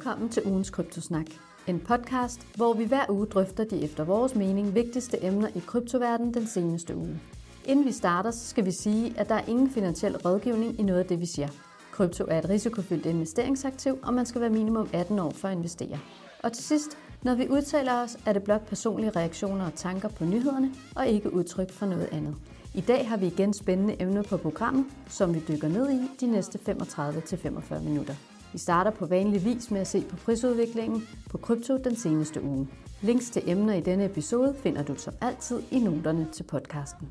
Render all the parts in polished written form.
Velkommen til ugens Kryptosnak. En podcast, hvor vi hver uge drøfter de efter vores mening vigtigste emner i kryptoverdenen den seneste uge. Inden vi starter, så skal vi sige, at der er ingen finansiel rådgivning i noget af det, vi siger. Krypto er et risikofyldt investeringsaktiv, og man skal være minimum 18 år for at investere. Og til sidst, når vi udtaler os, er det blot personlige reaktioner og tanker på nyhederne, og ikke udtryk for noget andet. I dag har vi igen spændende emner på programmet, som vi dykker ned i de næste 35-45 minutter. Vi starter på vanlig vis med at se på prisudviklingen på krypto den seneste uge. Links til emner i denne episode finder du som altid i noterne til podcasten.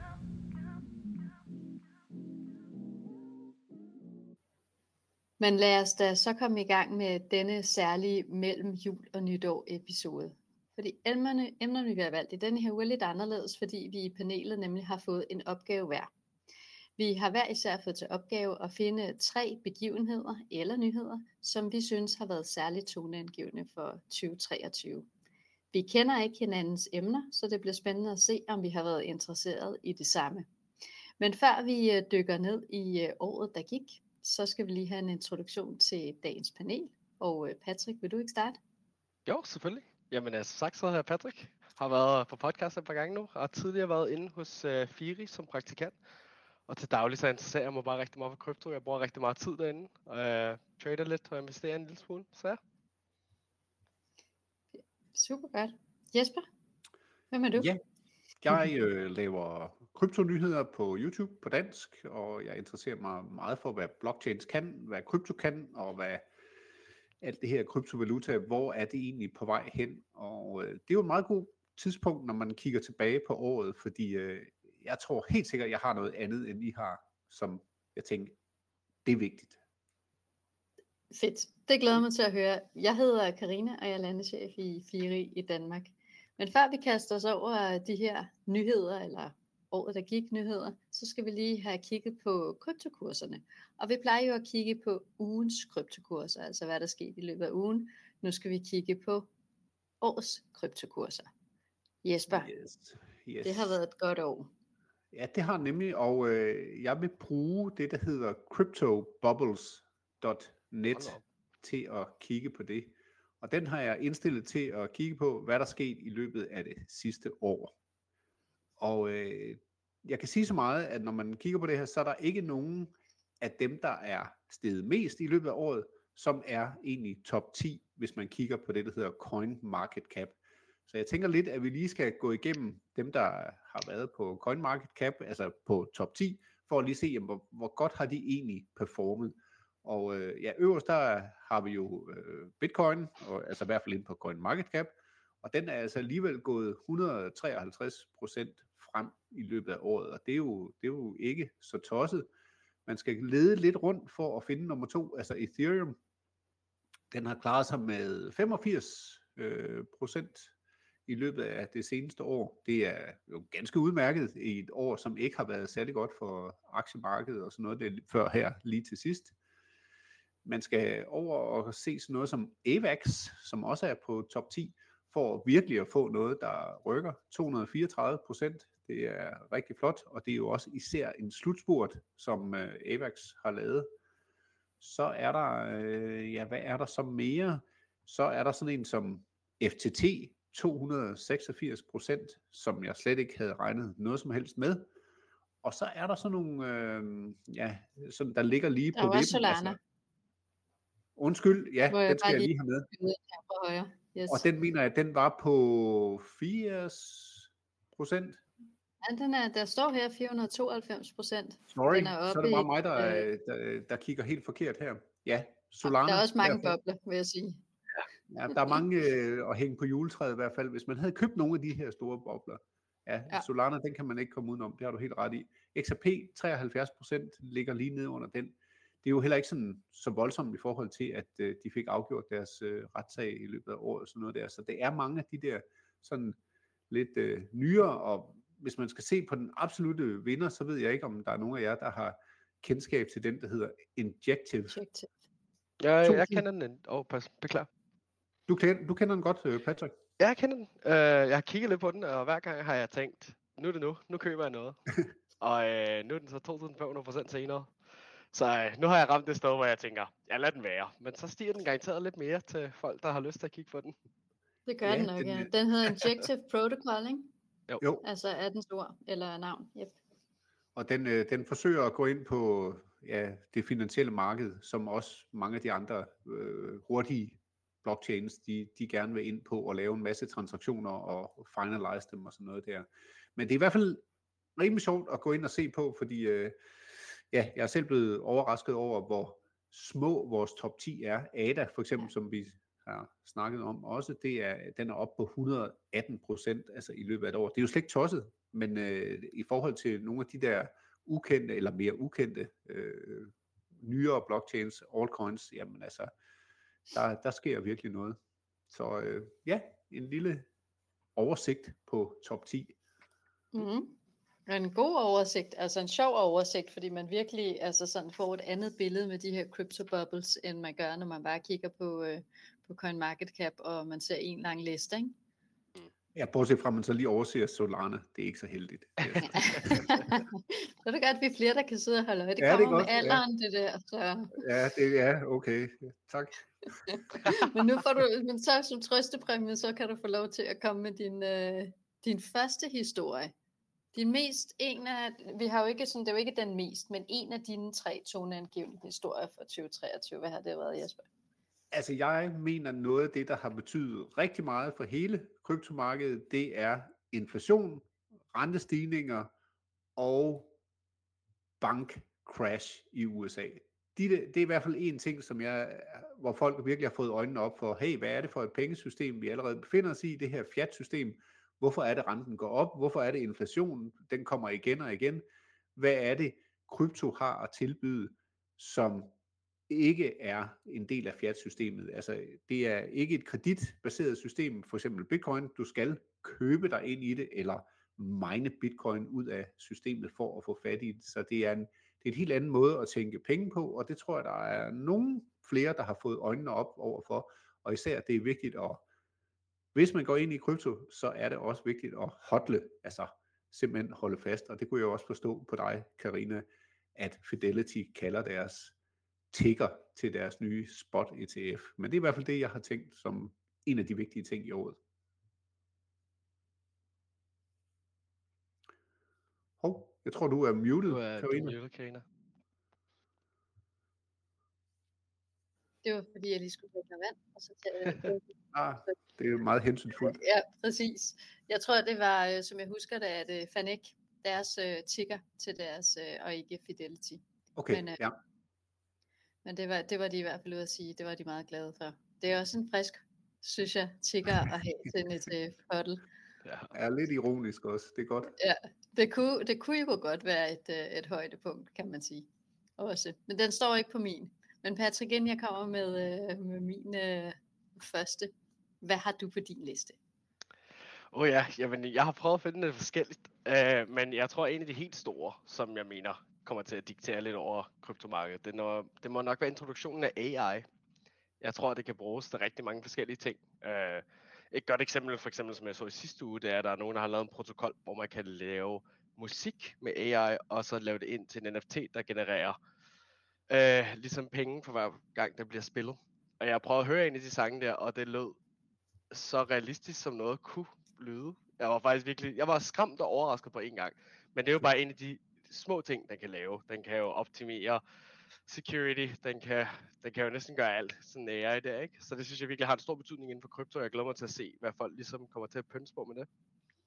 Men lad os da så komme i gang med denne særlige mellem jul og nytår episode. Fordi emnerne vi har valgt i denne her uge er lidt anderledes, fordi vi i panelet nemlig har fået en opgave hver. Vi har hver især fået til opgave at finde 3 begivenheder eller nyheder, som vi synes har været særligt toneangivende for 2023. Vi kender ikke hinandens emner, så det bliver spændende at se, om vi har været interesseret i det samme. Men før vi dykker ned i året, der gik, så skal vi lige have en introduktion til dagens panel. Og Patrick, vil du ikke starte? Jo, selvfølgelig. Jamen altså sagt, så hedder jeg Patrick. Har været på podcast et par gange nu, og har tidligere været inde hos Firi som praktikant. Og til daglig så interesserer jeg mig bare rigtig meget for krypto. Jeg bruger rigtig meget tid derinde, og trader lidt og investerer en lille smule. Så ja. Super godt. Jesper, hvem er du? Ja, jeg laver kryptonyheder på YouTube på dansk, og jeg interesserer mig meget for, hvad blockchains kan, hvad krypto kan, og hvad alt det her kryptovaluta, hvor er det egentlig på vej hen. Og det er jo et meget god tidspunkt, når man kigger tilbage på året, fordi jeg tror helt sikkert, at jeg har noget andet, end I har, som jeg tænker, det er vigtigt. Fedt. Det glæder mig til at høre. Jeg hedder Karina, og jeg er landeschef i Firi i Danmark. Men før vi kaster os over de her nyheder, eller året der gik nyheder, så skal vi lige have kigget på kryptokurserne. Og vi plejer jo at kigge på ugens kryptokurser, altså hvad der skete i løbet af ugen. Nu skal vi kigge på årets kryptokurser. Jesper, Yes. Det har været et godt år. Ja, det har nemlig, og jeg vil bruge det, der hedder cryptobubbles.net til at kigge på det. Og den har jeg indstillet til at kigge på, hvad der skete i løbet af det sidste år. Og jeg kan sige så meget, at når man kigger på det her, så er der ikke nogen af dem, der er steget mest i løbet af året, som er egentlig top 10, hvis man kigger på det, der hedder CoinMarketCap. Så jeg tænker lidt, at vi lige skal gå igennem dem, der har været på CoinMarketCap, altså på top 10, for at lige se, jamen, hvor godt har de egentlig performet. Og øverst der har vi jo Bitcoin, og, altså i hvert fald inde på CoinMarketCap, og den er altså alligevel gået 153% frem i løbet af året, og det er jo ikke så tosset. Man skal lede lidt rundt for at finde nummer 2, altså Ethereum. Den har klaret sig med 85% i løbet af det seneste år. Det er jo ganske udmærket i et år, som ikke har været særlig godt for aktiemarkedet og sådan noget, det før her lige til sidst. Man skal over og se sådan noget som AVAX, som også er på top 10, for virkelig at få noget, der rykker 234%. Det er rigtig flot, og det er jo også især en slutspurt, som AVAX har lavet. Så er der, hvad er der så mere? Så er der sådan en som FTT, 286%, som jeg slet ikke havde regnet noget som helst med. Og så er der sådan nogle, sådan, der ligger lige der på vippen. Solana. Altså, undskyld, ja, den skal jeg lige have med. Yes. Og den mener jeg, den var på 80%. Ja, der står her 492%. Sorry, den er så er det bare mig, der kigger helt forkert her. Ja, Solana. Der er også mange bobler, vil jeg sige. Ja, der er mange at hænge på juletræet i hvert fald. Hvis man havde købt nogle af de her store bobler. Ja, Solana, den kan man ikke komme udenom. Det har du helt ret i. XRP, 73% ligger lige nede under den. Det er jo heller ikke sådan, så voldsomt i forhold til, at de fik afgjort deres retssag i løbet af året og sådan noget der. Så det er mange af de der sådan lidt nyere, og hvis man skal se på den absolute vinder, så ved jeg ikke, om der er nogen af jer, der har kendskab til den, der hedder Injective. Ja, jeg kender den. Beklager. Du kender den godt, Patrick? Ja, jeg kender den. Jeg har kigget lidt på den, og hver gang har jeg tænkt, nu er det nu køber jeg noget. Og nu er den så 2.500% senere. Så nu har jeg ramt det sted, hvor jeg tænker, jeg lader den være. Men så stiger den garanteret lidt mere til folk, der har lyst til at kigge på den. Det gør den nok, ja. Den hedder Injective Protocol, ikke? Jo. Altså er den stor, eller navn, yep. Og den forsøger at gå ind på det finansielle marked, som også mange af de andre hurtige blockchains, de gerne vil ind på og lave en masse transaktioner og finalize dem og sådan noget der. Men det er i hvert fald rimelig sjovt at gå ind og se på, fordi jeg er selv blevet overrasket over, hvor små vores top 10 er. ADA for eksempel, som vi har snakket om også, den er oppe på 118%, altså i løbet af et år. Det er jo slet ikke tosset, men i forhold til nogle af de der ukendte eller mere ukendte nyere blockchains, altcoins, jamen altså, der sker virkelig noget. Så en lille oversigt på top 10. Mm-hmm. En god oversigt, altså en sjov oversigt, fordi man virkelig altså sådan får et andet billede med de her crypto bubbles, end man gør, når man bare kigger på CoinMarketCap, og man ser en lang liste, ikke? Ja, bortset fra, at man så lige overser Solana. Det er ikke så heldigt. Så er det godt, at vi er flere, der kan sidde og holde øje. Det Ja, kommer det er godt, med alderen, det der. Så. Ja, det er okay. Tak. Men nu får du, men så som trøstepræmie, så kan du få lov til at komme med din første historie. Din mest, vi har jo ikke sådan, det er jo ikke den mest, men en af dine 3 toneangivende historier fra 2023. Hvad har det været, Jesper? Altså jeg mener noget af det, der har betydet rigtig meget for hele kryptomarkedet, det er inflation, rentestigninger og bankcrash i USA. Det er i hvert fald en ting, hvor folk virkelig har fået øjnene op for, hey, hvad er det for et pengesystem, vi allerede befinder os i, det her fiat-system? Hvorfor er det, renten går op? Hvorfor er det, inflationen den kommer igen og igen? Hvad er det, krypto har at tilbyde, som ikke er en del af fiat-systemet? Altså, det er ikke et kreditbaseret system, for eksempel Bitcoin. Du skal købe dig ind i det, eller mine Bitcoin ud af systemet for at få fat i det. Så det er en helt anden måde at tænke penge på, og det tror jeg, der er nogle flere, der har fået øjnene op overfor, og især det er vigtigt at, hvis man går ind i krypto, så er det også vigtigt at hodle, altså simpelthen holde fast, og det kunne jeg også forstå på dig, Karina, at Fidelity kalder deres tigger til deres nye spot ETF. Men det er i hvert fald det, jeg har tænkt som en af de vigtige ting i året. Jeg tror, du er muted, Karina. Det var fordi, jeg lige skulle drikke vand, og så det er jo meget hensynsfuldt. Ja, præcis. Jeg tror, det var, som jeg husker det, at Fanek, deres tigger til deres, og ikke Fidelity. Okay, men, ja. Men det var de i hvert fald ude at sige, det var de meget glade for. Det er også en frisk, synes jeg, tigger at have til en ETF-hodl. Ja, er lidt ironisk også, det er godt. Ja, det kunne jo godt være et højdepunkt, kan man sige. Også. Men den står ikke på min. Men Patrick, inden jeg kommer med min første, hvad har du på din liste? Jeg har prøvet at finde det forskelligt, men jeg tror en af de helt store, som jeg mener kommer til at diktere lidt over kryptomarkedet, det må nok være introduktionen af AI. Jeg tror, det kan bruges til rigtig mange forskellige ting. Et godt eksempel, for eksempel som jeg så i sidste uge, det er, at der er nogen, der har lavet en protokol, hvor man kan lave musik med AI, og så lave det ind til en NFT, der genererer ligesom penge for hver gang, der bliver spillet. Og jeg har prøvet at høre en af de sange der, og det lød så realistisk, som noget kunne lyde. Jeg var skræmt og overrasket på en gang. Men det er jo bare en af de små ting, den kan lave. Den kan jo optimere security, den kan jo næsten gøre alt, sådan AI der, ikke? Så det synes jeg virkelig har en stor betydning inden for krypto, og jeg glæder mig til at se, hvad folk ligesom kommer til at pynse på med det.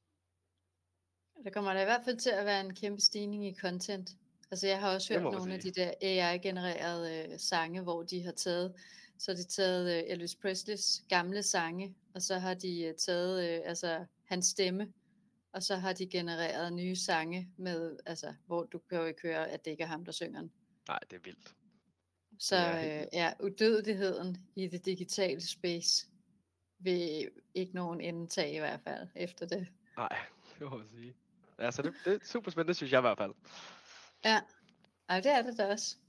Der kommer der i hvert fald til at være en kæmpe stigning i content. Altså jeg har også hørt nogle af de der AI-genererede sange, hvor de har taget Elvis Presleys gamle sange, og så har de taget hans stemme, og så har de genereret nye sange med, hvor du kan jo ikke høre, at det ikke er ham, der synger den. Nej, det er vildt. Så udødeligheden i det digitale space vil ikke nogen indtage i hvert fald efter det. Nej, det må jeg sige. Altså det er super spændende, synes jeg i hvert fald. Ja, det er det da også.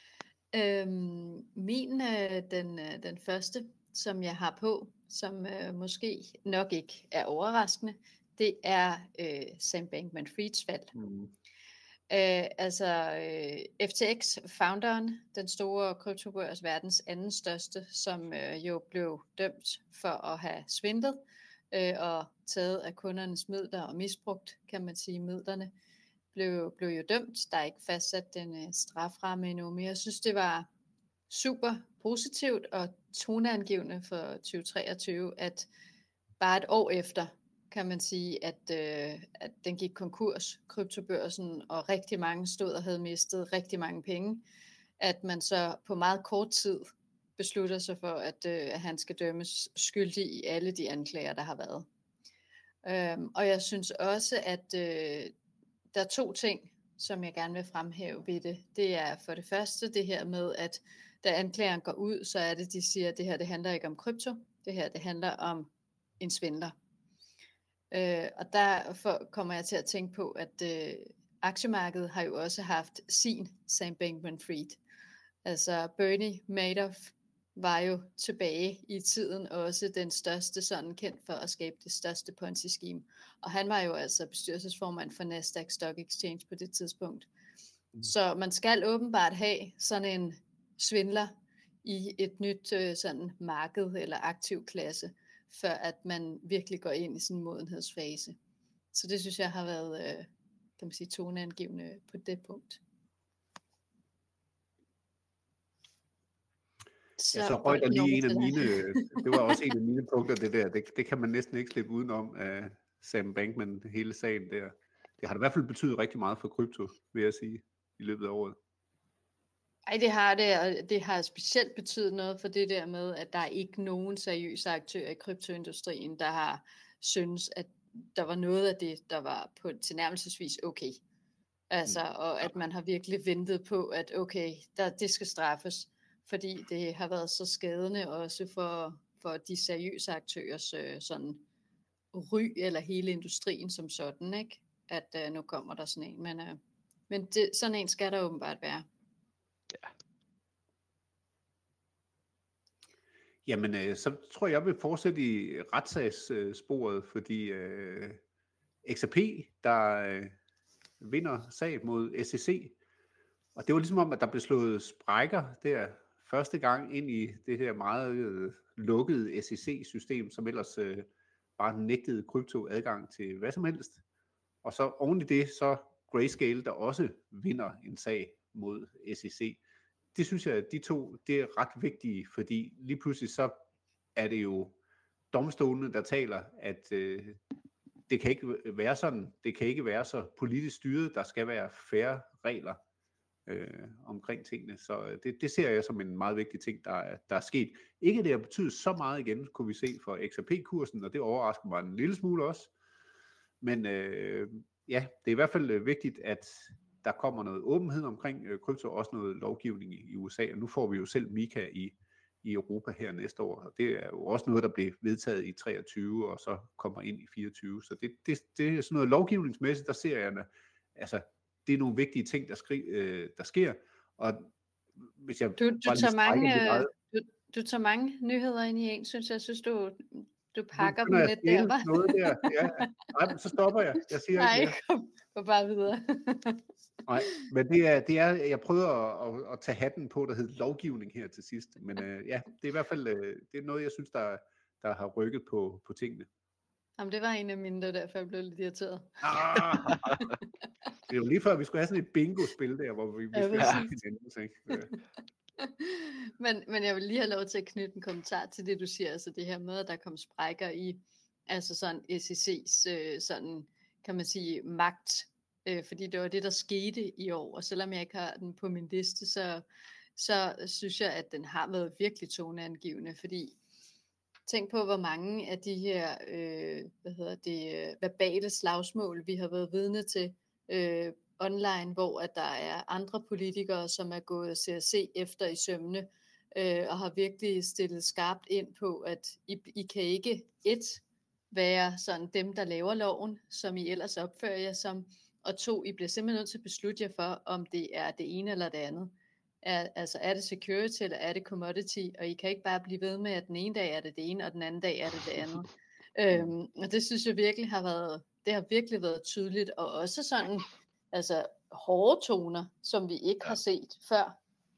Den første, som jeg har på, som måske nok ikke er overraskende, det er Sam Bankman-Frieds fald. FTX, founderen, den store kryptobørs, verdens anden største, som jo blev dømt for at have svindlet og taget af kundernes midler og misbrugt, kan man sige, midlerne, blev jo dømt. Der er ikke fastsat den straframme endnu, men jeg synes, det var super positivt og toneangivende for 2023, at bare et år efter, kan man sige, at den gik konkurs, kryptobørsen, og rigtig mange stod og havde mistet rigtig mange penge, at man så på meget kort tid beslutter sig for, at han skal dømmes skyldig i alle de anklager, der har været. Og jeg synes også, at der er 2 ting, som jeg gerne vil fremhæve ved det. Det er for det første det her med, at da anklageren går ud, så er det, de siger, at det her det handler ikke om krypto, det her det handler om en svindler. Og derfor kommer jeg til at tænke på, at aktiemarkedet har jo også haft sin Sam Bankman-Fried. Altså Bernie Madoff var jo tilbage i tiden også den største, sådan kendt for at skabe det største Ponzi-scheme. Og han var jo altså bestyrelsesformand for Nasdaq Stock Exchange på det tidspunkt. Så man skal åbenbart have sådan en svindler i et nyt sådan marked eller aktiv klasse, før at man virkelig går ind i sådan en modenhedsfase. Så det synes jeg har været, kan man sige, toneangivende på det punkt. Så røg der lige en af mine, det var også en af mine punkter, det der. Det kan man næsten ikke slippe udenom af Sam Bankman, hele sagen der. Det har i hvert fald betydet rigtig meget for krypto, vil jeg sige, i løbet af året. Ej, det har det, og det har specielt betydet noget for det der med, at der er ikke nogen seriøse aktører i kryptoindustrien, der har synes, at der var noget af det, der var på tilnærmelsesvis okay. Altså, og at man har virkelig ventet på, at okay, det skal straffes, fordi det har været så skadende også for de seriøse aktørers sådan ry, eller hele industrien som sådan, ikke? At nu kommer der sådan en, men sådan en skal der åbenbart være. Ja. Jamen, så tror jeg vil fortsætte i retssagssporet, fordi XRP, der vinder sag mod SEC, og det var ligesom om, at der blev slået sprækker der første gang ind i det her meget lukkede SEC-system, som ellers bare nægtede krypto adgang til hvad som helst. Og så oven i det, så Grayscale, der også vinder en sag mod SEC. Det synes jeg, at de 2, det er ret vigtige, fordi lige pludselig så er det jo domstolene, der taler, at det kan ikke være sådan, det kan ikke være så politisk styret, der skal være fair regler omkring tingene. Så det ser jeg som en meget vigtig ting, der er sket. Ikke det har betydet så meget igen, kunne vi se for XRP-kursen, og det overrasker mig en lille smule også. Men ja, det er i hvert fald vigtigt, at der kommer noget åbenhed omkring krypto, og også noget lovgivning i USA, og nu får vi jo selv MiCA i Europa her næste år, og det er jo også noget, der blev vedtaget i 23, og så kommer ind i 24, så det er sådan noget lovgivningsmæssigt, der ser jeg, altså det er nogle vigtige ting, der sker, og hvis jeg du tager mange nyheder ind i en, synes jeg, du pakker dem lidt der, var. Noget der. Ja. Nej, så stopper jeg. Jeg siger nej, ikke kom bare videre. Nej, men det er, jeg prøver at tage hatten på, der hedder lovgivning her til sidst. Men ja, det er i hvert fald det er noget, jeg synes, der har rykket på tingene. Jamen, det var en af mine, der derfor blev lidt irriteret. Det er jo lige før, vi skulle have sådan et bingo-spil der, hvor vi skulle have hinanden. Men jeg vil lige have lov til at knytte en kommentar til det, du siger, altså det her med, at der kom sprækker i, altså sådan SEC's, sådan, kan man sige, magt, fordi det var det, der skete i år, og selvom jeg ikke har den på min liste, så synes jeg, at den har været virkelig toneangivende, fordi tænk på, hvor mange af de her, verbale slagsmål, vi har været vidne til online, hvor at der er andre politikere, som er gået CSC efter i sømne, og har virkelig stillet skarpt ind på, at I kan ikke være sådan dem, der laver loven, som I ellers opfører jer som, og 2, I bliver simpelthen nødt til at beslutte jer for, om det er det ene eller det andet. Er det security, eller er det commodity, og I kan ikke bare blive ved med, at den ene dag er det ene, og den anden dag er det det andet. Og det synes jeg virkelig har været tydeligt, og også sådan altså hårde toner, som vi ikke har set før.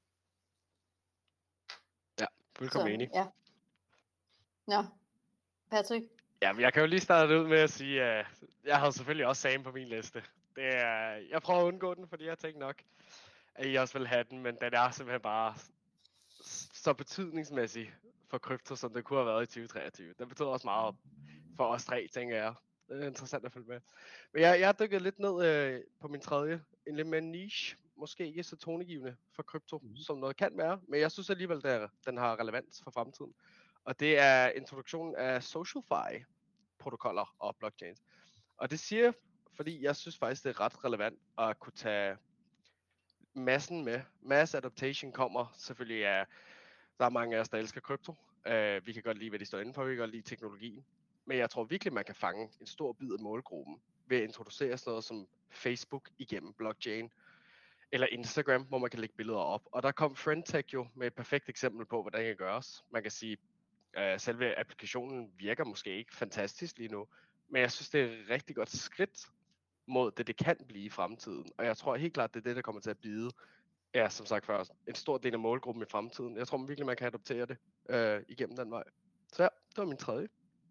Ja, fuldkommen enig. Ja. Nå, Patrick? Ja, men jeg kan jo lige starte ud med at sige, at jeg havde selvfølgelig også SAM på min liste. Jeg prøver at undgå den, fordi jeg tænkte nok, at I også vil have den, men den er simpelthen bare så betydningsmæssig for krypto, som det kunne have været i 2023. Den betyder også meget for os tre, tænker jeg. Det er interessant at følge med. Men jeg har dykket lidt ned på min tredje, en lidt mere niche, måske ikke så tonegivende for krypto, som noget kan være, men jeg synes alligevel, at den har relevans for fremtiden. Og det er introduktionen af SocialFi-protokoller og blockchains. Og det siger jeg, fordi jeg synes faktisk, det er ret relevant at kunne tage massen med. Mass adaptation kommer selvfølgelig af, der er mange af os, der elsker krypto. Vi kan godt lide, hvad de står inde for, vi kan godt lide teknologien. Men jeg tror virkelig, man kan fange en stor bid af målgruppen ved at introducere sådan noget som Facebook igennem blockchain, eller Instagram, hvor man kan lægge billeder op. Og der kom Friendtech jo med et perfekt eksempel på, hvordan det kan gøres. Man kan sige, selve applikationen virker måske ikke fantastisk lige nu, men jeg synes, det er et rigtig godt skridt mod det kan blive i fremtiden. Og jeg tror helt klart, det er det, der kommer til at bide. Ja, som sagt før, en stor del af målgruppen i fremtiden. Jeg tror virkelig, man kan adoptere det igennem den vej. Så ja, det var min tredje.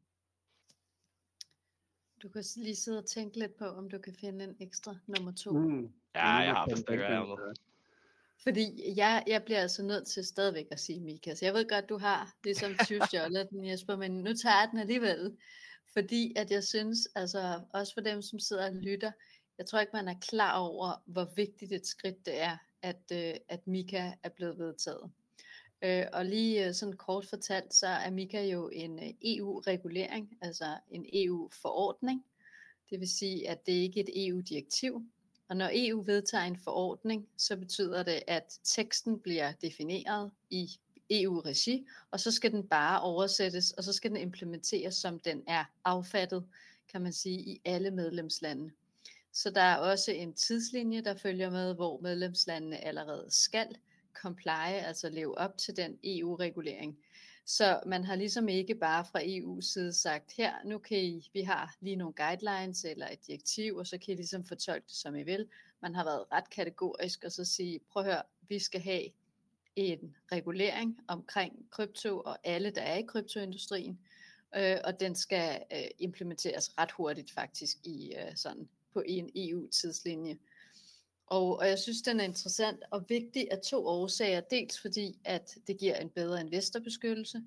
Du kan lige sidde og tænke lidt på, om du kan finde en ekstra nummer 2. Ja, jeg har bestemt ærmet. Fordi jeg bliver altså nødt til stadigvæk at sige Mika. Så jeg ved godt, du har ligesom tyvstjålet den, Jesper, men nu tager jeg den alligevel. Fordi at jeg synes, altså også for dem, som sidder og lytter, jeg tror ikke, man er klar over, hvor vigtigt et skridt det er, at Mika er blevet vedtaget. Og lige sådan kort fortalt, så er Mika jo en EU-regulering, altså en EU-forordning. Det vil sige, at det ikke er et EU-direktiv. Og når EU vedtager en forordning, så betyder det, at teksten bliver defineret i EU-regi, og så skal den bare oversættes, og så skal den implementeres, som den er affattet, kan man sige, i alle medlemslande. Så der er også en tidslinje, der følger med, hvor medlemslandene allerede skal comply, altså leve op til den EU-regulering. Så man har ligesom ikke bare fra EU's side sagt, her, nu kan vi har lige nogle guidelines eller et direktiv, og så kan I ligesom fortolke det, som I vil. Man har været ret kategorisk og så sige, prøv at høre, vi skal have en regulering omkring krypto og alle, der er i kryptoindustrien, og den skal implementeres ret hurtigt faktisk i sådan på en EU-tidslinje. Og jeg synes, den er interessant og vigtig af 2 årsager. Dels fordi, at det giver en bedre investorbeskyttelse,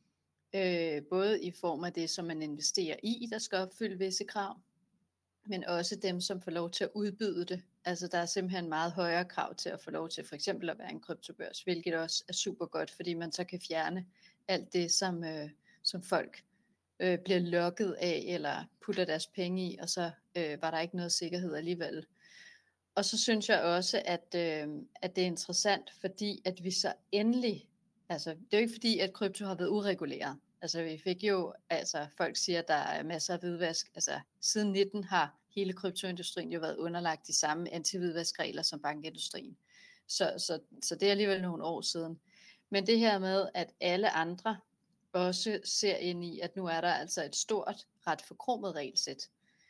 både i form af det, som man investerer i, der skal opfylde visse krav, men også dem, som får lov til at udbyde det. Altså der er simpelthen meget højere krav til at få lov til for eksempel at være en kryptobørs, hvilket også er super godt, fordi man så kan fjerne alt det, som folk bliver lokket af eller putter deres penge i, og så var der ikke noget sikkerhed alligevel. Og så synes jeg også, at det er interessant, fordi at vi så endelig, altså det er jo ikke fordi, at krypto har været ureguleret. Altså vi fik jo, altså folk siger, at der er masser af hvidvask. Altså siden 19 har hele kryptoindustrien jo været underlagt de samme anti-hvidvaskregler som bankindustrien. Så det er alligevel nogle år siden. Men det her med, at alle andre også ser ind i, at nu er der altså et stort, ret forkromet regelsæt,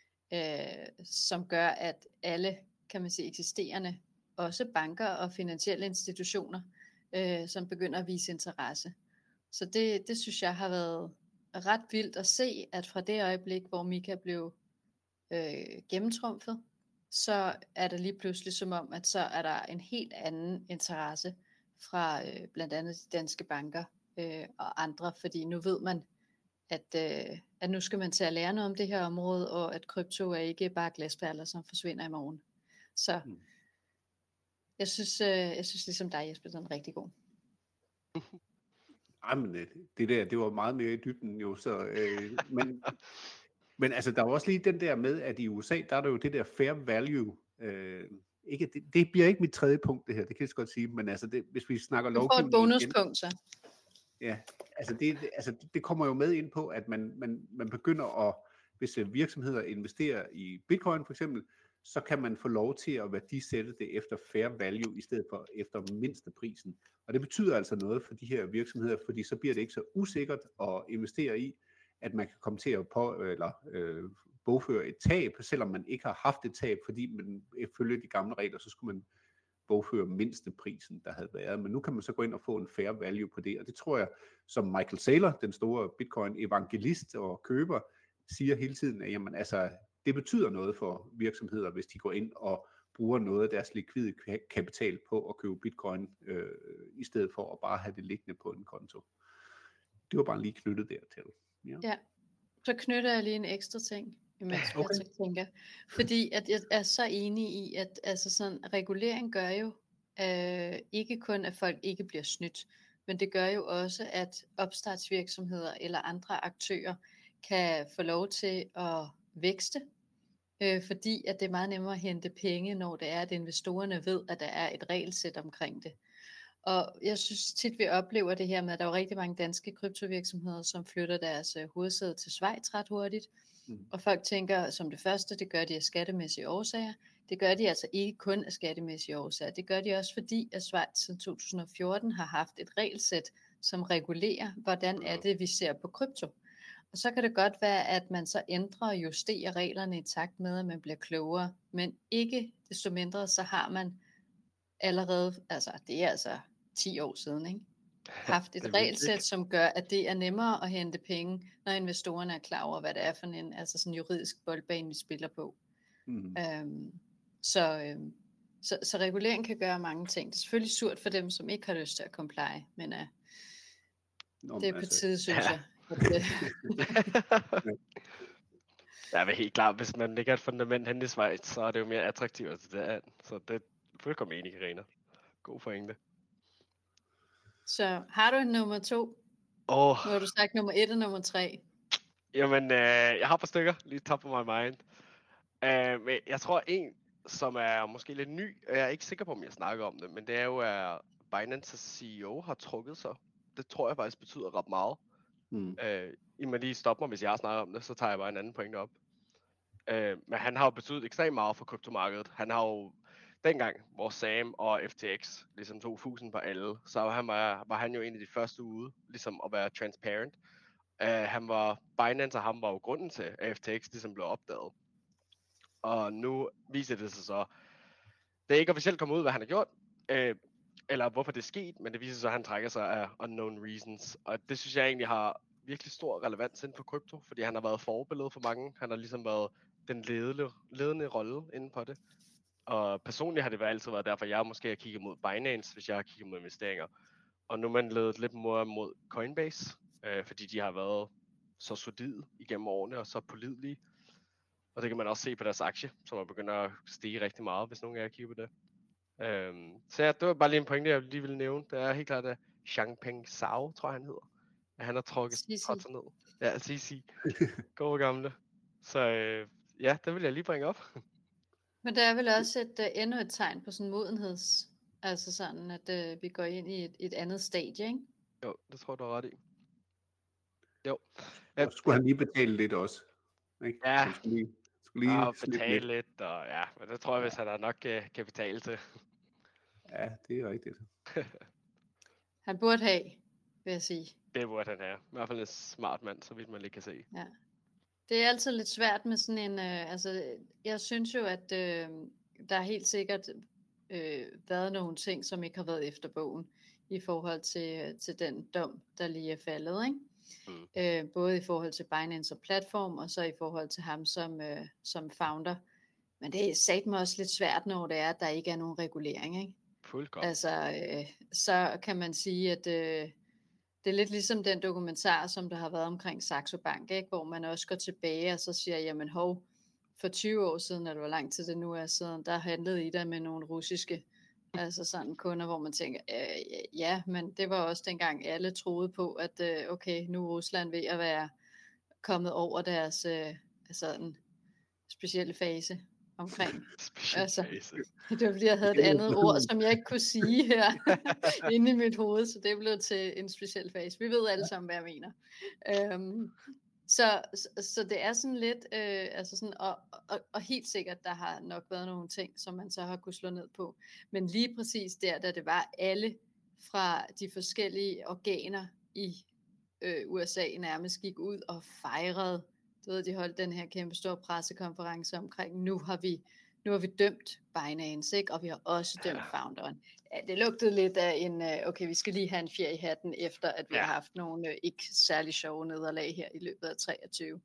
som gør, at alle, kan man sige, eksisterende, også banker og finansielle institutioner, som begynder at vise interesse. Så det synes jeg har været ret vildt at se, at fra det øjeblik, hvor Mika blev gennemtrumfet, så er det lige pludselig som om, at så er der en helt anden interesse fra blandt andet de danske banker og andre, fordi nu ved man, at nu skal man til at lære noget om det her område, og at krypto er ikke bare glasperler, som forsvinder i morgen. Så jeg synes ligesom dig, Jesper, den er rigtig god. Jamen, det var meget mere i dybden jo, så, men altså, der er også lige den der med, at i USA, der er der jo det der fair value, det bliver ikke mit tredje punkt, det her, det kan jeg godt sige, men altså, hvis vi snakker lovgivning... Du får et bonuspunkt, så. Ja, altså det kommer jo med ind på, at man begynder at, hvis virksomheder investerer i bitcoin for eksempel, så kan man få lov til at værdisætte det efter fair value, i stedet for efter mindste prisen. Og det betyder altså noget for de her virksomheder, fordi så bliver det ikke så usikkert at investere i, at man kan komme til at bogføre et tab, selvom man ikke har haft et tab, fordi man ifølge de gamle regler, så skulle man bogføre mindsteprisen, der havde været. Men nu kan man så gå ind og få en fair value på det, og det tror jeg, som Michael Saylor, den store Bitcoin-evangelist og køber, siger hele tiden, at jamen, altså, det betyder noget for virksomheder, hvis de går ind og bruger noget af deres likvide kapital på at købe bitcoin, i stedet for at bare have det liggende på en konto. Det var bare lige knyttet dertil. Ja, så knytter jeg lige en ekstra ting, imens Patrick tænker. Fordi at jeg er så enig i, at altså sådan, regulering gør jo ikke kun, at folk ikke bliver snydt, men det gør jo også, at opstartsvirksomheder eller andre aktører kan få lov til at vækste, fordi at det er meget nemmere at hente penge, når det er, at investorerne ved, at der er et regelsæt omkring det. Og jeg synes tit, vi oplever det her med, at der er rigtig mange danske kryptovirksomheder, som flytter deres hovedsæde til Schweiz ret hurtigt. Og folk tænker som det første, det gør de af skattemæssige årsager. Det gør de altså ikke kun af skattemæssige årsager. Det gør de også fordi, at Schweiz siden 2014 har haft et regelsæt, som regulerer, hvordan er det, vi ser på krypto. Og så kan det godt være, at man så ændrer og justerer reglerne i takt med, at man bliver klogere. Men ikke desto mindre, så har man allerede, altså det er altså 10 år siden, ikke? Haft et regelsæt, som gør, at det er nemmere at hente penge, når investorerne er klar over, hvad det er for en altså sådan juridisk boldbane, vi spiller på. Så regulering kan gøre mange ting. Det er selvfølgelig surt for dem, som ikke har lyst til at comply, men det er på tide, synes jeg. Jeg er helt klart, hvis man lægger et fundament hen i Schweiz, så er det jo mere attraktivt til det. Så det er fuldkommen enig, Karina. God pointe. Så har du en nummer 2? Nu har du sagt nummer 1 og nummer 3. Jamen, jeg har et par stykker, lige top of my mind. Men jeg tror en, som er måske lidt ny, og jeg er ikke sikker på, om jeg snakker om det, men det er jo, at Binance's CEO har trukket sig. Det tror jeg faktisk betyder ret meget. I må lige stoppe mig, hvis jeg snakker om det, så tager jeg bare en anden pointe op. Men han har jo betydet ekstremt meget for kryptomarkedet. Han har jo dengang, hvor Sam og FTX ligesom tog fusen på alle, så var han jo en af de første ude, ligesom at være transparent. Binance og ham var jo grunden til, at FTX ligesom blev opdaget. Og nu viser det sig så, det er ikke officielt kommet ud, hvad han har gjort, eller hvorfor det er sket, men det viser sig, at han trækker sig af unknown reasons. Og det synes jeg egentlig har virkelig stor relevans inden for krypto, fordi han har været forbillede for mange. Han har ligesom været den ledende rolle inden på det. Og personligt har det altid været derfor, jeg måske har kigget mod Binance, hvis jeg har kigget mod investeringer. Og nu er man ledet lidt mere mod Coinbase, fordi de har været så solide igennem årene og så pålidelige. Og det kan man også se på deres aktie, som er begyndt at stige rigtig meget, hvis nogen af jer kigger på det. Så ja, det var bare lige en pointe, jeg lige ville nævne. Det er helt klart, at Changpeng Zhao, tror jeg han hedder. At han har trukket sig ned. Ja, CC. God gamle. Så ja, det vil jeg lige bringe op. Men der er vel også endnu et tegn på sådan modenheds, altså sådan, at vi går ind i et andet stadie, ikke? Jo, det tror jeg, du har ret i. Jo. Så skulle han lige betale lidt også, ikke? Ja, han skulle lige betale lidt, og ja, men det tror jeg, hvis han har nok kapital til. Ja, det er rigtigt. Han burde have, vil jeg sige. Det burde han have. I hvert fald en smart mand, så vidt man lige kan se. Ja. Det er altid lidt svært med sådan en, altså jeg synes jo, at der er helt sikkert været nogle ting, som ikke har været efter bogen, i forhold til den dom, der lige er faldet, ikke? Både i forhold til Binance og platform, og så i forhold til ham som founder. Men det er satme også lidt svært, når det er, at der ikke er nogen regulering, ikke? Fuldkommen. Altså, så kan man sige, at det er lidt ligesom den dokumentar, som der har været omkring Saxo Bank, ikke? Hvor man også går tilbage og så siger, jamen for 20 år siden, eller hvor lang tid det nu er siden, der handlede I der med nogle russiske altså sådan kunder, hvor man tænker, ja, men det var også dengang alle troede på, at okay, nu er Rusland ved at være kommet over deres sådan specielle fase omkring. Det var fordi, jeg havde et andet ord, som jeg ikke kunne sige her inde i mit hoved, så det blev til en speciel fase. Vi ved alle sammen, hvad jeg mener. Så det er sådan lidt, altså sådan, og helt sikkert, der har nok været nogle ting, som man så har kunne slå ned på. Men lige præcis der, da det var alle fra de forskellige organer i USA nærmest gik ud og fejrede de holdt den her kæmpe store pressekonference omkring, nu har vi dømt Binance, ikke? Og vi har også dømt founderen. Ja, det lugtede lidt af en, okay, vi skal lige have en fjer i hatten, efter at vi har haft nogle ikke særlig sjove nederlag her i løbet af 23.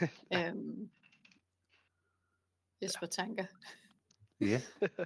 Jesper, tanker? Ja.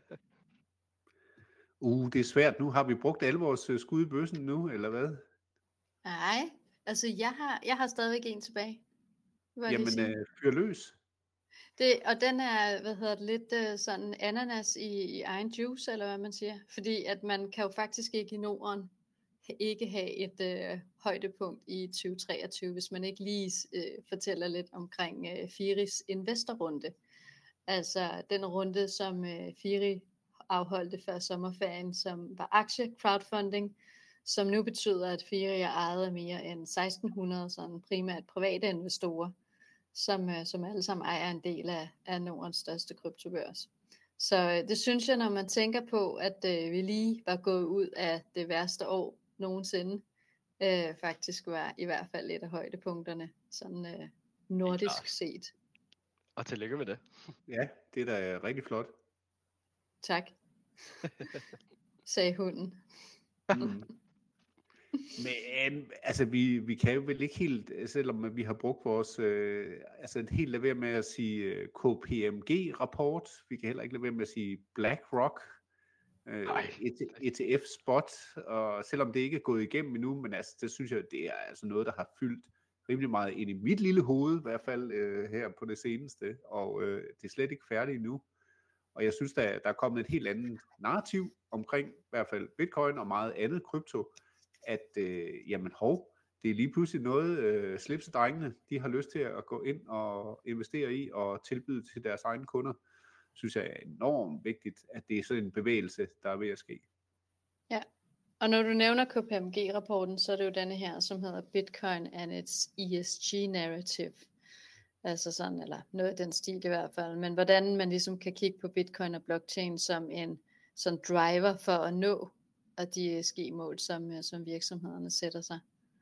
Det er svært. Nu har vi brugt alle vores skud i bøssen nu, eller hvad? Nej, altså jeg har stadigvæk en tilbage. Jamen, fyr løs. Og den er, lidt sådan ananas i egen juice, eller hvad man siger. Fordi at man kan jo faktisk ikke i Norden ikke have et højdepunkt i 2023, hvis man ikke lige fortæller lidt omkring Firis investorrunde. Altså den runde, som Firi afholdte før sommerferien, som var aktie-crowdfunding, som nu betyder, at Firi er ejet af mere end 1600 sådan primært private investorer, som alle sammen ejer en del af Nordens største kryptobørs. Så det synes jeg, når man tænker på, at vi lige var gået ud af det værste år nogensinde, faktisk var i hvert fald et af højdepunkterne, sådan nordisk set. Og tillykke med det. Ja, det er da rigtig flot. Tak, sagde hunden. Men altså, vi kan jo vel ikke helt, selvom vi har brugt vores, helt lade være med at sige KPMG-rapport, vi kan heller ikke lade være med at sige BlackRock, ETF Spot, og selvom det ikke er gået igennem endnu, men altså, det synes jeg, det er altså noget, der har fyldt rimelig meget ind i mit lille hoved, i hvert fald her på det seneste, og det er slet ikke færdigt endnu. Og jeg synes, der er kommet et helt andet narrativ omkring, i hvert fald Bitcoin og meget andet krypto, at det er lige pludselig noget, slipsedrengene, de har lyst til at gå ind og investere i og tilbyde til deres egne kunder, synes jeg er enormt vigtigt, at det er sådan en bevægelse, der er ved at ske. Ja, og når du nævner KPMG-rapporten, så er det jo denne her, som hedder Bitcoin and its ESG narrative. Altså sådan, eller noget af den stil i hvert fald. Men hvordan man ligesom kan kigge på Bitcoin og blockchain som en sådan driver for at nå og de ESG-mål, som virksomhederne sætter sig.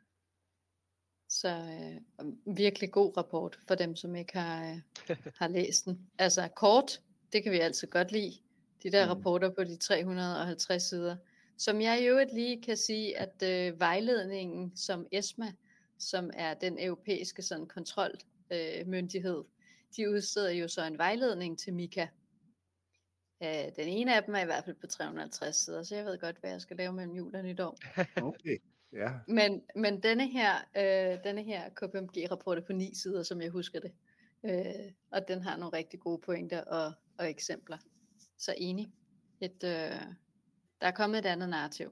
Så virkelig god rapport for dem, som ikke har læst den. Altså kort, det kan vi altid godt lide. De der rapporter på de 350 sider. Som jeg i øvrigt lige kan sige, at vejledningen som ESMA, som er den europæiske sådan kontrolmyndighed, de udsteder jo så en vejledning til MiCA. Den ene af dem er i hvert fald på 350 sider, så jeg ved godt, hvad jeg skal lave mellem jul og nytår. Okay, ja. Men denne her KPMG-rapport er på 9 sider, som jeg husker det. Og den har nogle rigtig gode pointer og eksempler. Så enig. Der er kommet et andet narrativ.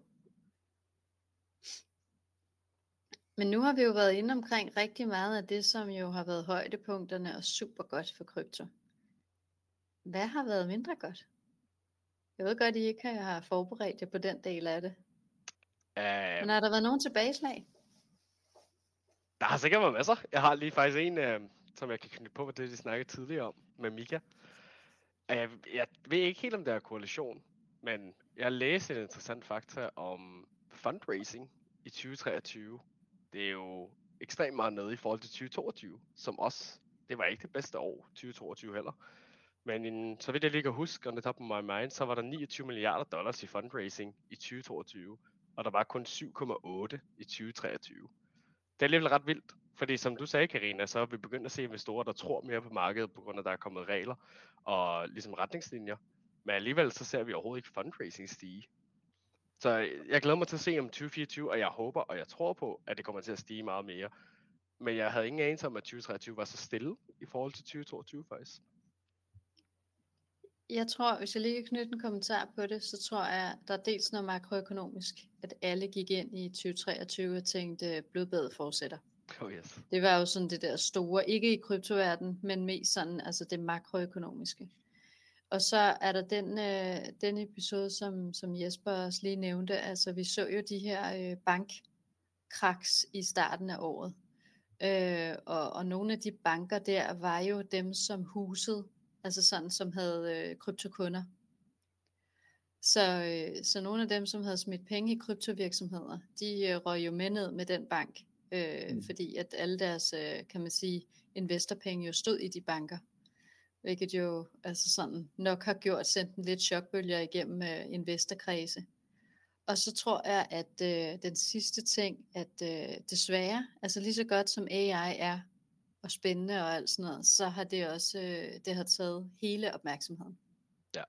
Men nu har vi jo været inde omkring rigtig meget af det, som jo har været højdepunkterne og super godt for krypto. Hvad har været mindre godt? Jeg ved godt, I ikke har forberedt jer på den del af det. Men har der været nogen tilbageslag? Der har sikkert været masser. Jeg har lige faktisk en, som jeg kan knytte på det, de snakkede tidligere om med Mika. Jeg ved ikke helt, om det er korrelation, men jeg læste et interessant fakta om fundraising i 2023. Det er jo ekstremt meget nede i forhold til 2022, som også, det var ikke det bedste år, 2022 heller. Men så vidt jeg lige kan huske, on the top of my mind, så var der 29 milliarder dollars i fundraising i 2022, og der var kun 7,8 i 2023. Det er alligevel ret vildt, fordi som du sagde, Karina, så er vi begyndt at se investorer, der tror mere på markedet, på grund af, at der er kommet regler og ligesom retningslinjer. Men alligevel så ser vi overhovedet ikke fundraising stige. Så jeg glæder mig til at se om 2024, og jeg håber, og jeg tror på, at det kommer til at stige meget mere. Men jeg havde ingen anelse om, at 2023 var så stille i forhold til 2022 faktisk. Jeg tror, hvis jeg lige kan knytte en kommentar på det, så tror jeg, der er dels noget makroøkonomisk, at alle gik ind i 2023 og tænkte, blodbadet fortsætter. Oh yes. Det var jo sådan det der store, ikke i kryptoverdenen, men mest sådan, altså det makroøkonomiske. Og så er der den episode, som Jesper også lige nævnte, altså vi så jo de her bankkraks i starten af året. Og nogle af de banker der var jo dem, som husede, altså sådan, som havde kryptokunder. Så nogle af dem, som havde smidt penge i kryptovirksomheder, de røg jo med ned med den bank, fordi at alle deres, kan man sige, investorpenge jo stod i de banker, hvilket jo altså sådan nok har sendt en lidt chokbølger igennem investorkredse. Og så tror jeg, at den sidste ting, at desværre, altså lige så godt som AI er, og spændende og alt sådan noget, så har det også det har taget hele opmærksomheden. Ja.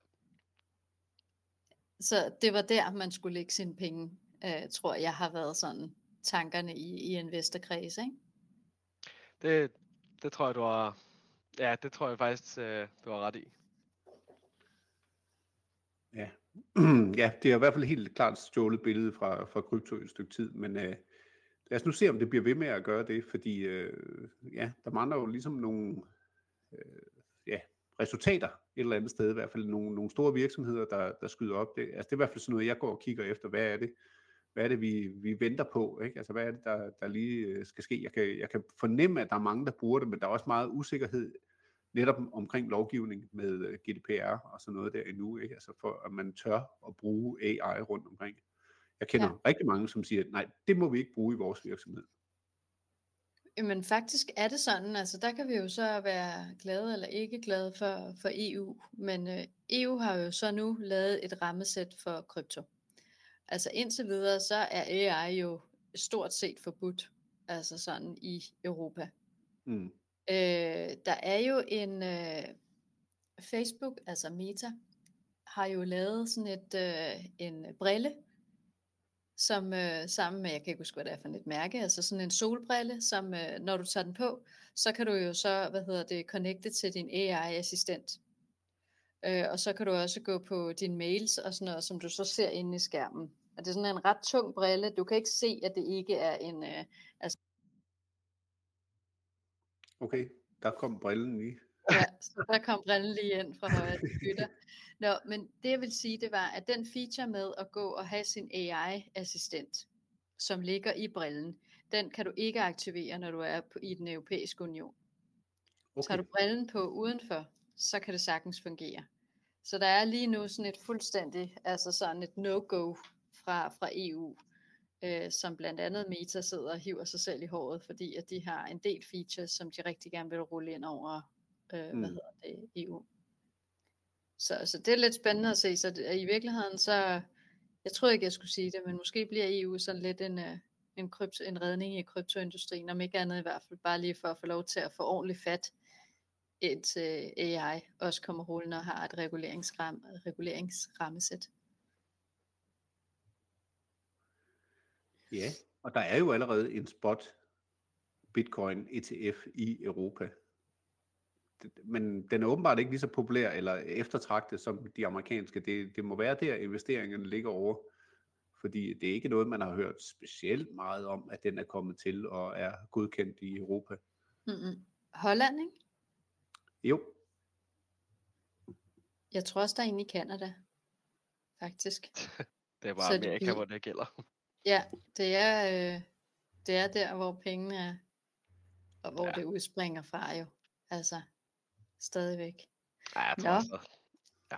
Så det var der, man skulle lægge sine penge, tror jeg har været sådan tankerne i investorkreds, ikke? Det tror jeg, du har... Ja, det tror jeg faktisk, du har ret i. Ja. Ja, det er i hvert fald helt klart stjålet billede fra krypto i et stykke tid, men lad os nu se, om det bliver ved med at gøre det, fordi ja, der mangler jo ligesom nogle resultater et eller andet sted, i hvert fald nogle store virksomheder, der skyder op. Det er i hvert fald sådan noget, jeg går og kigger efter, hvad er det, vi venter på, ikke? Altså, hvad er det, der lige skal ske? Jeg kan fornemme, at der er mange, der bruger det, men der er også meget usikkerhed netop omkring lovgivning med GDPR og sådan noget der endnu, ikke? Altså for at man tør at bruge AI rundt omkring. Jeg kender rigtig mange, som siger, nej, det må vi ikke bruge i vores virksomhed. Men faktisk er det sådan, altså der kan vi jo så være glade eller ikke glade for EU, men EU har jo så nu lavet et rammesæt for krypto. Altså indtil videre, så er AI jo stort set forbudt, altså sådan i Europa. Mm. Der er jo en Facebook, altså Meta, har jo lavet sådan en brille, som sammen med, jeg kan ikke huske, hvad det er for et mærke, altså sådan en solbrille, som når du tager den på, så kan du jo så, connecte til din AI-assistent. Og så kan du også gå på dine mails og sådan noget, som du så ser inde i skærmen. Og det er sådan en ret tung brille. Du kan ikke se, at det ikke er en... Okay, der kom brillen lige. Ja, så der kom brillen lige ind fra højre til bytter. Nå, men det jeg vil sige, det var, at den feature med at gå og have sin AI-assistent, som ligger i brillen, den kan du ikke aktivere, når du er i den europæiske union. Okay. Tager du brillen på udenfor, så kan det sagtens fungere. Så der er lige nu sådan et fuldstændig, altså sådan et no-go fra EU, som blandt andet Meta sidder og hiver sig selv i håret, fordi at de har en del features, som de rigtig gerne vil rulle ind over EU. Så det er lidt spændende at se, så i virkeligheden så, jeg troede ikke jeg skulle sige det, men måske bliver EU sådan lidt en redning i kryptoindustrien, om ikke andet i hvert fald bare lige for at få lov til at få ordentligt fat, indtil AI også kommer rullende og har et reguleringsrammesæt. Ja, og der er jo allerede en spot Bitcoin ETF i Europa. Men den er åbenbart ikke lige så populær eller eftertragtet som de amerikanske. Det må være der, investeringerne ligger over. Fordi det er ikke noget, man har hørt specielt meget om, at den er kommet til og er godkendt i Europa. Mm-hmm. Holland, ikke? Jo. Jeg tror også, der er en i Canada, faktisk. Det er bare Amerika, hvor det gælder. Ja, det er der, hvor pengene er, og hvor det udspringer fra jo. Altså, stadigvæk. Ja, jeg tror også. Ja.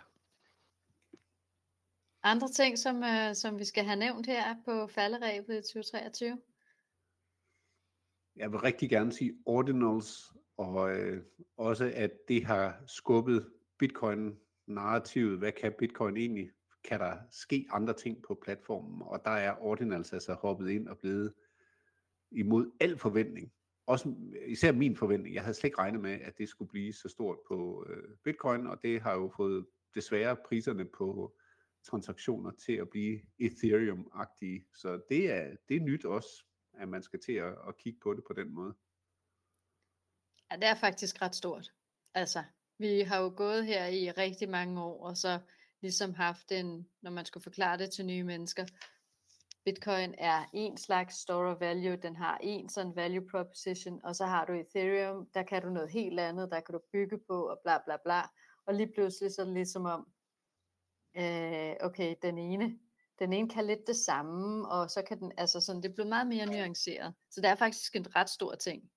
Andre ting, som vi skal have nævnt her på falderebet i 2023? Jeg vil rigtig gerne sige ordinals, og også at det har skubbet Bitcoin-narrativet. Hvad kan Bitcoin egentlig? Kan der ske andre ting på platformen? Og der er ordinals altså hoppet ind og blevet imod al forventning. Også især min forventning. Jeg havde slet ikke regnet med, at det skulle blive så stort på Bitcoin, og det har jo fået desværre priserne på transaktioner til at blive Ethereum-agtige. Så det er nyt også, at man skal til at kigge på det på den måde. Ja, det er faktisk ret stort. Altså, vi har jo gået her i rigtig mange år, og så ligesom haft når man skulle forklare det til nye mennesker, Bitcoin er en slags store of value, den har en sådan value proposition, og så har du Ethereum, der kan du noget helt andet, der kan du bygge på, og bla bla bla, og lige pludselig så er det ligesom om, okay, den ene kan lidt det samme, og så kan den, altså sådan, det er blevet meget mere nuanceret, så det er faktisk en ret stor ting.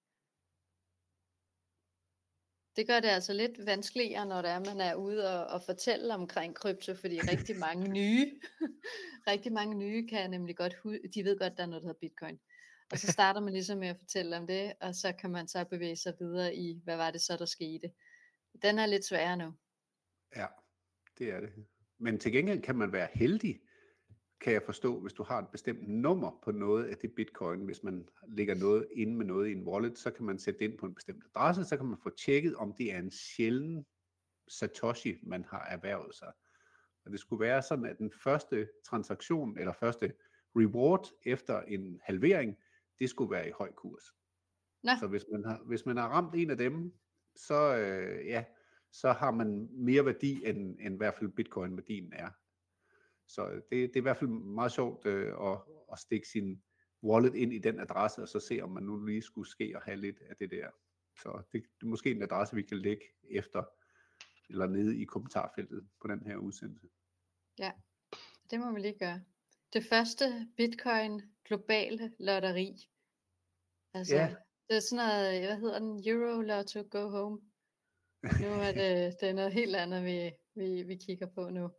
Det gør det altså lidt vanskeligere, når det er, man er ude og fortælle omkring krypto, fordi rigtig mange nye kan nemlig godt, de ved godt, der er noget, der hedder Bitcoin. Og så starter man ligesom med at fortælle om det, og så kan man så bevæge sig videre i, hvad var det så, der skete. Den er lidt sværere nu. Ja, det er det. Men til gengæld kan man være heldig, kan jeg forstå, hvis du har et bestemt nummer på noget af det bitcoin. Hvis man lægger noget inde med noget i en wallet, så kan man sætte det ind på en bestemt adresse, så kan man få tjekket, om det er en sjælden Satoshi, man har erhvervet sig. Og det skulle være sådan, at den første transaktion, eller første reward efter en halvering, det skulle være i høj kurs. Nå. Så hvis man har ramt en af dem, så, så har man mere værdi, end i hvert fald bitcoin-værdien er. Så det er i hvert fald meget sjovt at stikke sin wallet ind i den adresse, og så se, om man nu lige skulle ske og have lidt af det der. Så det er måske en adresse, vi kan lægge efter, eller nede i kommentarfeltet på den her udsendelse. Ja, det må vi lige gøre. Det første bitcoin globale lotteri. Altså, Ja. det er sådan noget, hvad hedder den? Euro Lotto Go Home. Nu er det er noget helt andet, vi kigger på nu.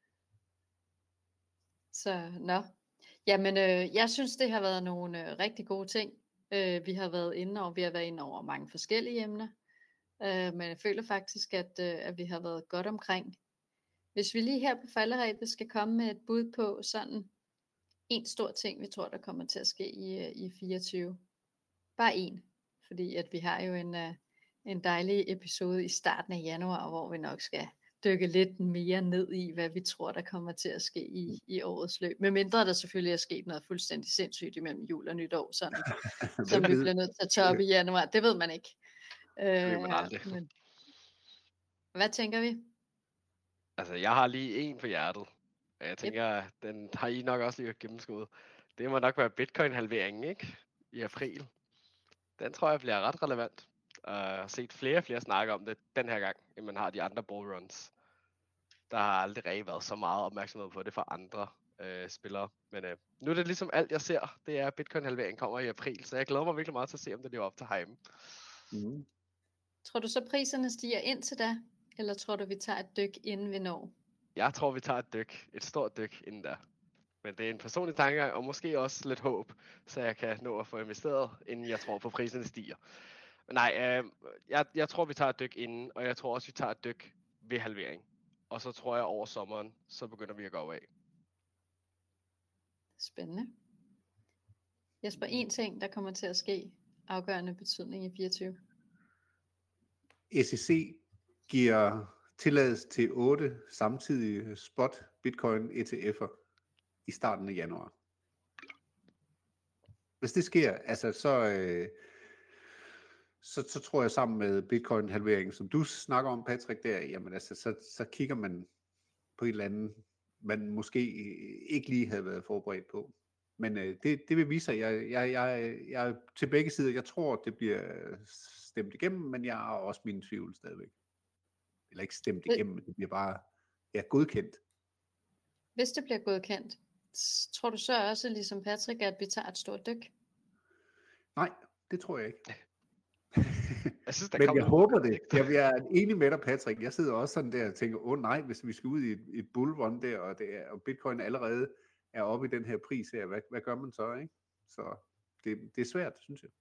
Så, nå. Jamen, jeg synes, det har været nogle rigtig gode ting. Vi har været inde over mange forskellige emner. Men jeg føler faktisk, at vi har været godt omkring. Hvis vi lige her på falderebet skal komme med et bud på sådan en stor ting, vi tror, der kommer til at ske i 24. Bare en. Fordi at vi har jo en dejlig episode i starten af januar, hvor vi nok skal dykke lidt mere ned i, hvad vi tror, der kommer til at ske i årets løb. Med mindre der selvfølgelig er sket noget fuldstændig sindssygt imellem jul og nytår, sådan, som vi bliver nødt til at tage op i januar. Det ved man ikke. Det ved man aldrig. Men hvad tænker vi? Altså, jeg har lige en på hjertet. Og jeg tænker, den har I nok også lige gennemskuddet. Det må nok være Bitcoin-halveringen, ikke? I april. Den tror jeg bliver ret relevant. Jeg har set flere og flere snakke om det den her gang, end man har de andre bullruns. Der har aldrig rigtig været så meget opmærksomhed på det for andre spillere. Men nu er det ligesom alt, jeg ser. Det er, at Bitcoin-halveringen kommer i april. Så jeg glæder mig virkelig meget til at se, om det lever op til hypen. Mm. Tror du så priserne stiger ind til da? Eller tror du, vi tager et dyk, inden vi når? Jeg tror, vi tager et dyk. Et stort dyk inden da. Men det er en personlig tankegang, og måske også lidt håb, så jeg kan nå at få investeret, inden jeg tror på, priserne stiger. Men nej, jeg tror, vi tager et dyk inden, og jeg tror også, vi tager et dyk ved halvering. Og så tror jeg over sommeren, så begynder vi at gå af. Spændende. Jesper, en ting, der kommer til at ske afgørende betydning i 24. SEC giver tilladelse til 8 samtidige spot Bitcoin ETF'er i starten af januar. Hvis det sker, altså så tror jeg sammen med Bitcoin halveringen, som du snakker om, Patrick, der, jamen altså, så kigger man på et eller andet, man måske ikke lige havde været forberedt på. Men det vil vise sig. Jeg er til begge sider. Jeg tror, det bliver stemt igennem, men jeg har også mine tvivl stadigvæk. Eller ikke stemt igennem, men det bliver bare godkendt. Hvis det bliver godkendt, tror du så også, ligesom Patrick, at vi tager et stort dyk? Nej, det tror jeg ikke. Jeg synes, men jeg håber det. Jeg er enig med dig, Patrick. Jeg sidder også sådan der og tænker, nej, hvis vi skal ud i et bullrun der, og Bitcoin allerede er oppe i den her pris her, hvad gør man så, ikke? Så det er svært, synes jeg.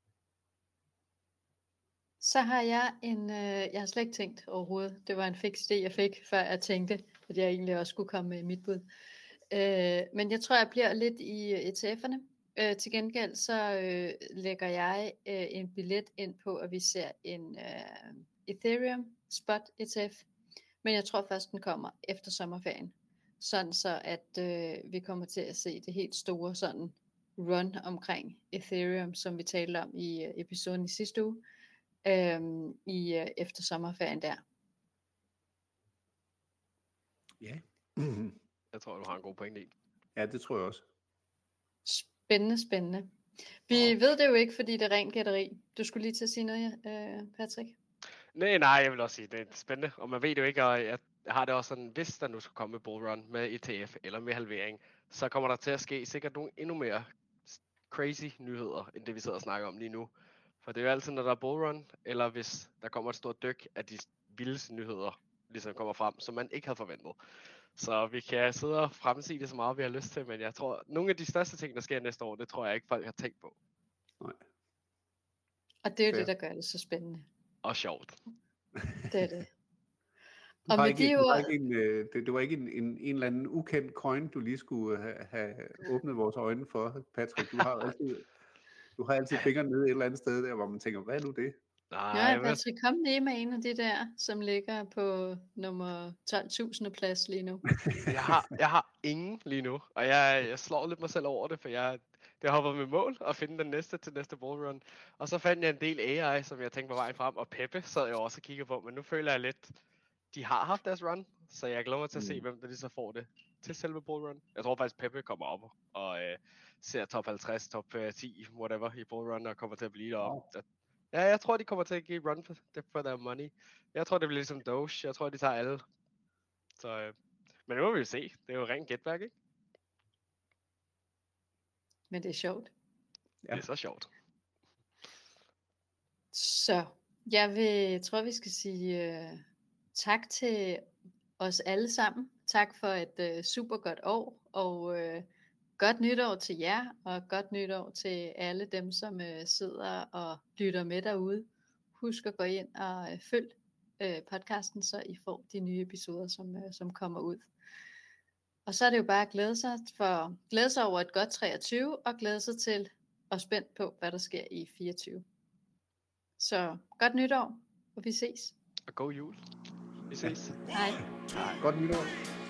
Så har jeg jeg har slet ikke tænkt overhovedet. Det var en fix idé, jeg fik, før jeg tænkte, at jeg egentlig også skulle komme med mit bud. Men jeg tror, jeg bliver lidt i ETF'erne. Til gengæld så lægger jeg en billet ind på, at vi ser en Ethereum spot ETF. Men jeg tror først, den kommer efter sommerferien. Sådan så, at vi kommer til at se det helt store sådan run omkring Ethereum, som vi talte om i episoden i sidste uge, efter sommerferien der. Ja. Jeg tror, du har en god pointe i. Ja, det tror jeg også. Spændende. Vi ved det jo ikke, fordi det er rent gætteri. Du skulle lige til at sige noget, Patrick? Nej, jeg vil også sige, det er spændende, og man ved det jo ikke, og jeg har det også sådan, hvis der nu skal komme et bullrun med ETF eller med halvering, så kommer der til at ske sikkert nogle endnu mere crazy nyheder, end det vi sidder og snakker om lige nu. For det er jo altid, når der er bullrun, eller hvis der kommer et stort dyk, at de vildeste nyheder ligesom kommer frem, som man ikke havde forventet. Så vi kan sidde og fremsige det så meget, vi har lyst til, men jeg tror, nogle af de største ting, der sker næste år, det tror jeg ikke, folk har tænkt på. Nej. Og det er jo Fair. det, der gør det så spændende. Og sjovt. Det er det. Du Og har med ikke, de du har ord, ikke det var ikke en eller anden ukendt coin, du lige skulle have åbnet vores øjne for, Patrick. Du har altid fingeren nede et eller andet sted der, hvor man tænker, hvad er nu det? Nej, men Patrick, kom lige med en af de der, som ligger på nummer 12.000 plads lige nu. jeg har ingen lige nu, og jeg slår lidt mig selv over det, for det har været mit mål at finde den næste til næste bullrun. Og så fandt jeg en del AI, som jeg tænkte på vejen frem, og Peppe sad jeg også og kiggede på, men nu føler jeg lidt, de har haft deres run, så jeg glæder mig til at se, hvem der lige så får det til selve bullrun. Jeg tror faktisk, Peppe kommer op og ser top 50, top 10, whatever i bullrun, og kommer til at blive deroppe. Ja, jeg tror, de kommer til at give run for their money. Jeg tror, det bliver ligesom Doge. Jeg tror, de tager alle. Så, men nu må vi jo se. Det er jo rent gætværk, ikke? Men det er sjovt. Ja. Det er så sjovt. Så tror, vi skal sige tak til os alle sammen. Tak for et super godt år, og godt nytår til jer, og godt nytår til alle dem, som sidder og lytter med derude. Husk at gå ind og følg podcasten, så I får de nye episoder, som kommer ud. Og så er det jo bare at glæde sig over et godt 23, og glæde sig til og spændt på, hvad der sker i 24. Så godt nytår, og vi ses. Og god jul. Vi ses. Hej. Godt nytår.